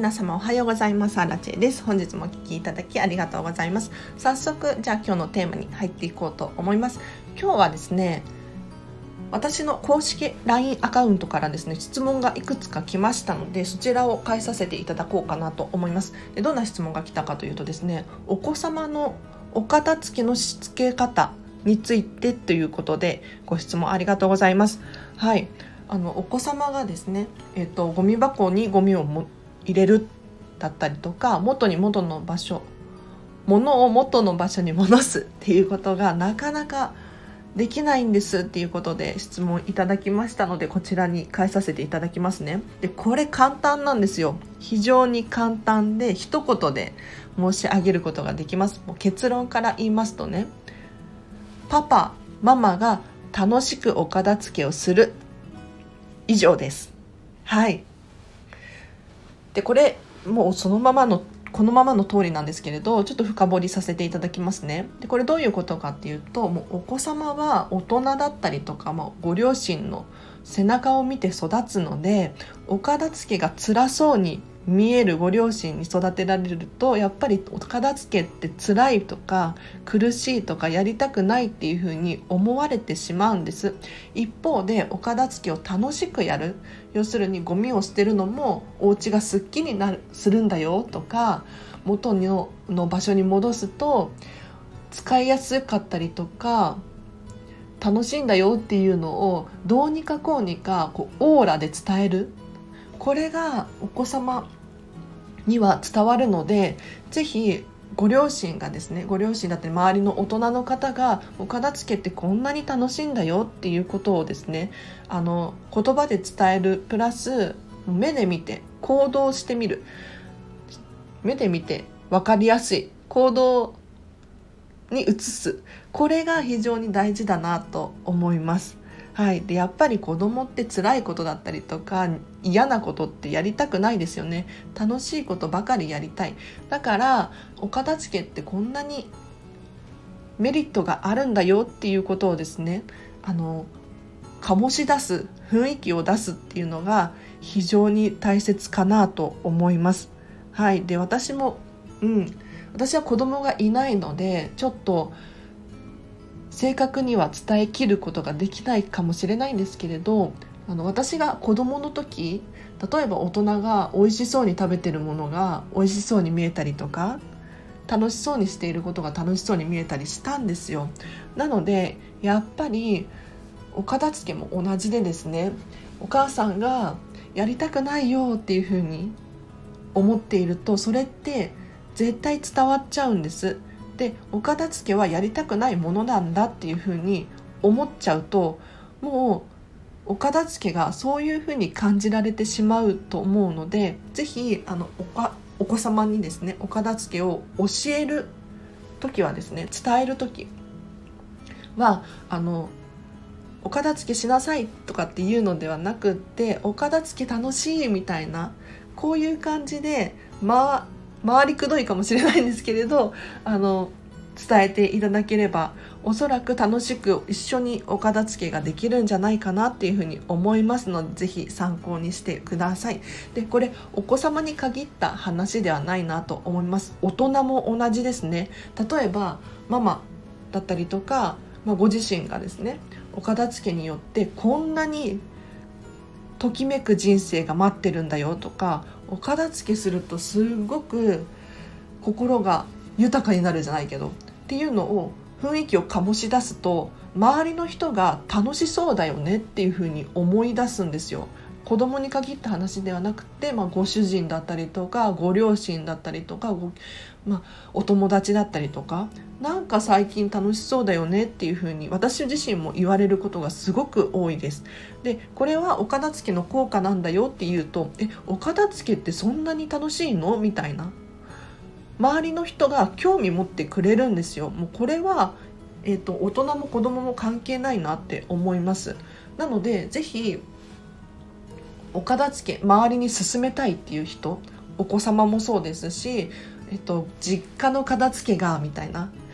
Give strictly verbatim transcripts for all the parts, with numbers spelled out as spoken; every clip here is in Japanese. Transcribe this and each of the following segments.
皆様おはようございます。アラチェです。本日もお聞きいただきありがとうございます。早速じゃあ今日のテーマに入っていこうと思います。今日はですね、私の公式 ライン アカウントからですね質問がいくつか来ましたので、そちらを返させていただこうかなと思います。でどんな質問が来たかというとですね、お子様のお片付けのしつけ方についてということでご質問ありがとうございます。はい、あのお子様がですね、えっと、ゴミ箱にゴミをも入れるだったりとか、元に元の場所物を元の場所に戻すっていうことがなかなかできないんですっていうことで質問いただきましたので、こちらに返させていただきますね。でこれ簡単なんですよ。非常に簡単で一言で申し上げることができます。もう結論から言いますとね、パパママが楽しくお片付けをする、以上です。はい。でこれもうそのままのこのままの通りなんですけれど、ちょっと深掘りさせていただきますね。でこれどういうことかっていうと、もうお子様は大人だったりとか、まあ、ご両親の背中を見て育つので、お片付けが辛そうに見えるご両親に育てられると、やっぱりお片付けって辛いとか苦しいとかやりたくないっていうふうに思われてしまうんです。一方でお片付けを楽しくやる、要するにゴミを捨てるのもお家がすっきりなるするんだよとか、元のの場所に戻すと使いやすかったりとか楽しいんだよっていうのをどうにかこうにかこうオーラで伝える、これがお子様には伝わるので、ぜひご両親がですね、ご両親だって周りの大人の方がお片付けってこんなに楽しいんだよっていうことをですね、あの言葉で伝えるプラス目で見て行動してみる、目で見て分かりやすい行動に移す、これが非常に大事だなと思います。はい、でやっぱり子供って辛いことだったりとか嫌なことってやりたくないですよね。楽しいことばかりやりたい。だからお片付けってこんなにメリットがあるんだよっていうことをですね、あの醸し出す、雰囲気を出すっていうのが非常に大切かなと思います。はい、で私も、うん、私は子供がいないのでちょっと正確には伝えきることができないかもしれないんですけれど、あの私が子供の時、例えば大人が美味しそうに食べてるものが美味しそうに見えたりとか、楽しそうにしていることが楽しそうに見えたりしたんですよ。なのでやっぱりお片付けも同じでですね、お母さんがやりたくないよっていうふうに思っていると、それって絶対伝わっちゃうんです。でお片付けはやりたくないものなんだっていうふうに思っちゃうと、もうお片付けがそういうふうに感じられてしまうと思うので、ぜひあの お, かお子様にですね、お片付けを教えるときはですね、伝えるときはあのお片付けしなさいとかっていうのではなくって、お片付け楽しいみたいな、こういう感じで、まあ回りくどいかもしれないんですけれど、あの伝えていただければ、おそらく楽しく一緒にお片付けができるんじゃないかなっていうふうに思いますので、ぜひ参考にしてください。でこれお子様に限った話ではないなと思います。大人も同じですね。例えばママだったりとか、まあ、ご自身がですね、お片付けによってこんなにときめく人生が待ってるんだよとか、お片付けするとすごく心が豊かになるじゃないけどっていうのを雰囲気を醸し出すと、周りの人が楽しそうだよねっていうふうに思い出すんですよ。子供に限った話ではなくて、まあ、ご主人だったりとかご両親だったりとかご、まあ、お友達だったりとか、なんか最近楽しそうだよねっていう風に私自身も言われることがすごく多いです。でこれはお片付けの効果なんだよっていうと、えお片付けってそんなに楽しいのみたいな、周りの人が興味持ってくれるんですよ。もうこれは、えーと、大人も子供も関係ないなって思います。なのでぜひお片付け周りに勧めたいっていう人、お子様もそうですし、えっと、実家の片付けがみたいな、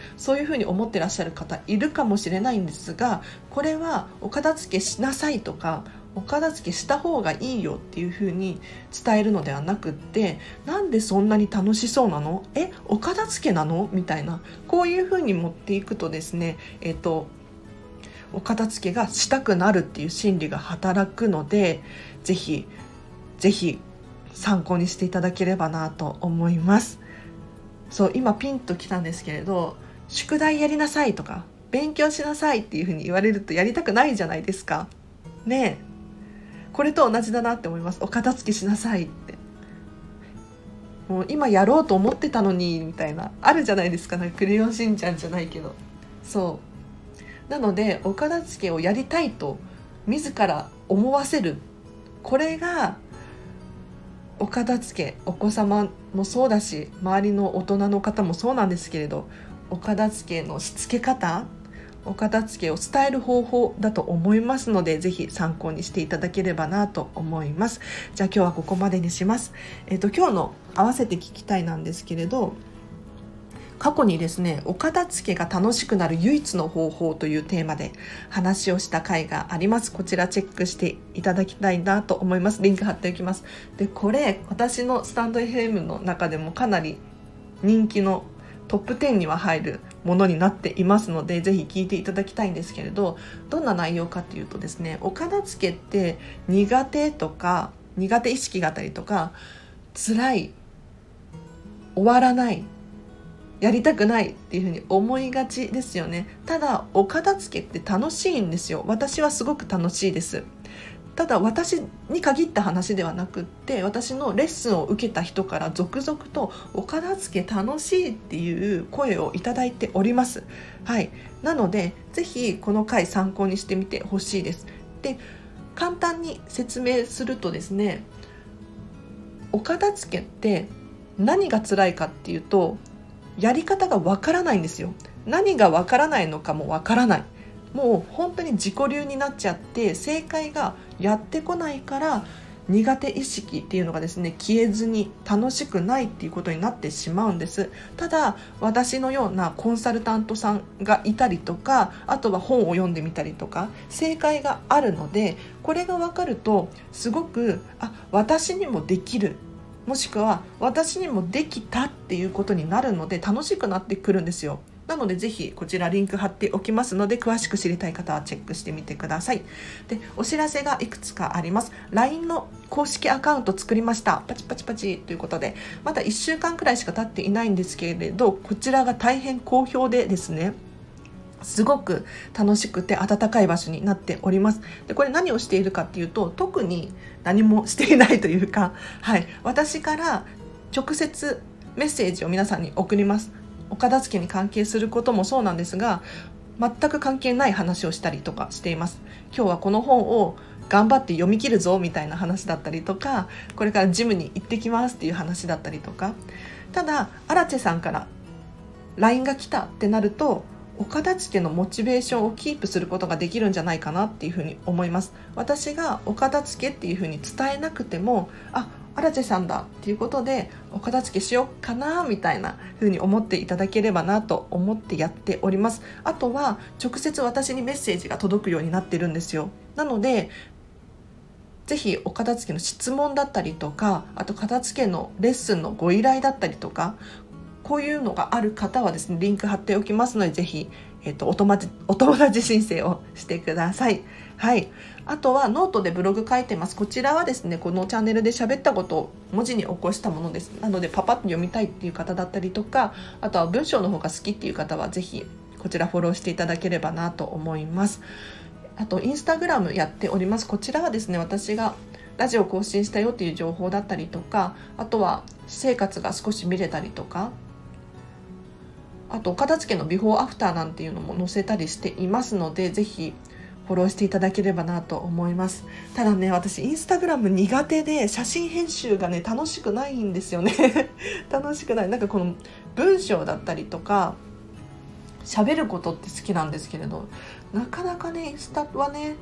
そういうふうに思ってらっしゃる方いるかもしれないんですが、これはお片付けしなさいとかお片付けした方がいいよっていう風に伝えるのではなくって、なんでそんなに楽しそうなの？え、お片付けなの？みたいな、こういう風に持っていくとですね、えっとお片付けがしたくなるっていう心理が働くので、ぜひぜひ参考にしていただければなと思います。そう今ピンときたんですけれど、宿題やりなさいとか勉強しなさいっていう風に言われるとやりたくないじゃないですかね。えこれと同じだなって思います。お片付けしなさいって、もう今やろうと思ってたのにみたいな、あるじゃないですか。なんかクレヨンしんちゃんじゃないけど、そうなのでお片付けをやりたいと自ら思わせる、これがお片付け、お子様もそうだし周りの大人の方もそうなんですけれど、お片付けのしつけ方、お片付けを伝える方法だと思いますので、ぜひ参考にしていただければなと思います。じゃあ今日はここまでにします。えっと今日の合わせて聞きたいなんですけれど、過去にですね、お片付けが楽しくなる唯一の方法というテーマで話をした回があります。こちらチェックしていただきたいなと思います。リンク貼っておきます。でこれ私のスタンド エフエム の中でもかなり人気のトップじゅうには入るものになっていますので、ぜひ聞いていただきたいんですけれど、どんな内容かというとですね、お片付けって苦手とか苦手意識があったりとか、辛い、終わらない、やりたくないっていうふうに思いがちですよね。ただお片付けって楽しいんですよ。私はすごく楽しいです。ただ私に限った話ではなくって、私のレッスンを受けた人から続々とお片付け楽しいっていう声をいただいております。はい、なのでぜひこの回参考にしてみてほしいです。で簡単に説明するとですね、お片付けって何が辛いかっていうと、やり方がわからないんですよ。何がわからないのかもわからない、もう本当に自己流になっちゃって、正解がやってこないから苦手意識っていうのがですね消えずに楽しくないっていうことになってしまうんです。ただ私のようなコンサルタントさんがいたりとか、あとは本を読んでみたりとか正解があるので、これが分かるとすごくあ私にもできる、もしくは私にもできたっていうことになるので楽しくなってくるんですよ。なのでぜひこちらリンク貼っておきますので、詳しく知りたい方はチェックしてみてください。でお知らせがいくつかあります。 ライン の公式アカウント作りました。パチパチパチということで、まだいっしゅうかんくらいしか経っていないんですけれど、こちらが大変好評でですね、すごく楽しくて温かい場所になっております。でこれ何をしているかっていうと、特に何もしていないというか、はい、私から直接メッセージを皆さんに送ります。お片付けに関係することもそうなんですが、全く関係ない話をしたりとかしています。今日はこの本を頑張って読み切るぞみたいな話だったりとか、これからジムに行ってきますっていう話だったりとか。ただアラチェさんから ライン が来たってなると、お片付けのモチベーションをキープすることができるんじゃないかなっていうふうに思います。私がお片付けっていうふうに伝えなくても、あ、アラチェさんだっていうことでお片付けしようかなみたいな風に思っていただければなと思ってやっております。あとは直接私にメッセージが届くようになってるんですよ。なのでぜひお片付けの質問だったりとか、あと片付けのレッスンのご依頼だったりとか、こういうのがある方はですね、リンク貼っておきますので、ぜひ、えーと、お友達、お友達申請をしてください。はい。あとはノートでブログ書いてます。こちらはですね、このチャンネルで喋ったことを文字に起こしたものです。なのでパパッと読みたいっていう方だったりとか、あとは文章の方が好きっていう方はぜひこちらフォローしていただければなと思います。あとインスタグラムやっております。こちらはですね、私がラジオ更新したよっていう情報だったりとか、あとは私生活が少し見れたりとか、あとお片付けのビフォーアフターなんていうのも載せたりしていますので、ぜひフォローしていただければなと思います。ただね、私インスタグラム苦手で、写真編集がね楽しくないんですよね楽しくない。なんかこの文章だったりとか喋ることって好きなんですけれど、なかなかねインスタはね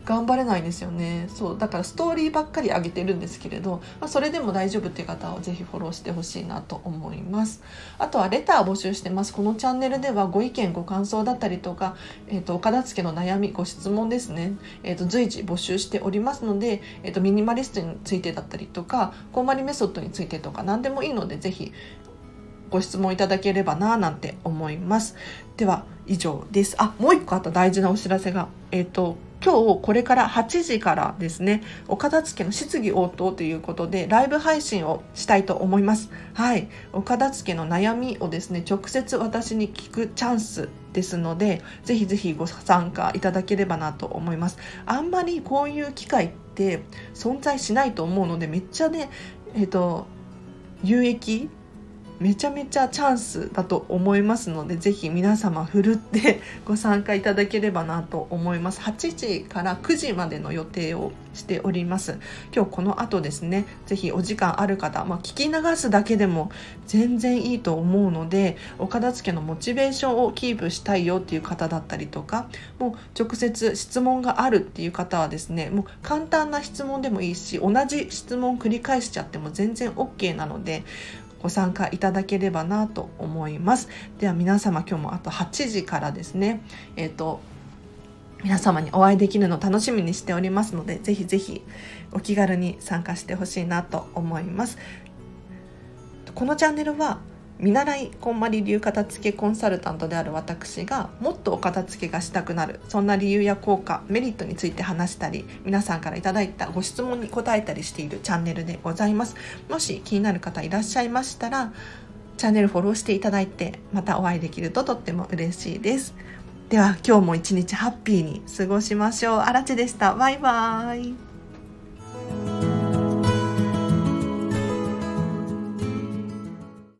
頑張れないんですよね。そうだからストーリーばっかり上げてるんですけれど、まあ、それでも大丈夫っていう方はぜひフォローしてほしいなと思います。あとはレター募集してます。このチャンネルではご意見ご感想だったりとか、えー、とお片付けの悩みご質問ですね、えー、と随時募集しておりますので、えー、とミニマリストについてだったりとかこんまりメソッドについてとか何でもいいので、ぜひご質問いただければななんて思います。では以上です。あ、もう一個あった大事なお知らせが、えっと今日これからはちじからですね、お片付けの質疑応答ということでライブ配信をしたいと思います。はい、お片付けの悩みをですね、直接私に聞くチャンスですので、ぜひぜひご参加いただければなと思います。あんまりこういう機会って存在しないと思うので、めっちゃね、えっと有益、めちゃめちゃチャンスだと思いますので、ぜひ皆様ふるってご参加いただければなと思います。はちじからくじまでの予定をしております。今日この後ですね、ぜひお時間ある方、まあ、聞き流すだけでも全然いいと思うので、お片付けのモチベーションをキープしたいよっていう方だったりとか、もう直接質問があるっていう方はですね、もう簡単な質問でもいいし、同じ質問繰り返しちゃっても全然 OK なので、ご参加いただければなと思います。では皆様、今日もあとはちじからですね、えっと皆様にお会いできるのを楽しみにしておりますので、ぜひぜひお気軽に参加してほしいなと思います。このチャンネルは見習いこんまり流片付けコンサルタントである私が、もっとお片付けがしたくなる、そんな理由や効果、メリットについて話したり、皆さんからいただいたご質問に答えたりしているチャンネルでございます。もし気になる方いらっしゃいましたら、チャンネルフォローしていただいて、またお会いできるととっても嬉しいです。では今日も一日ハッピーに過ごしましょう。あらちでした。バイバイ。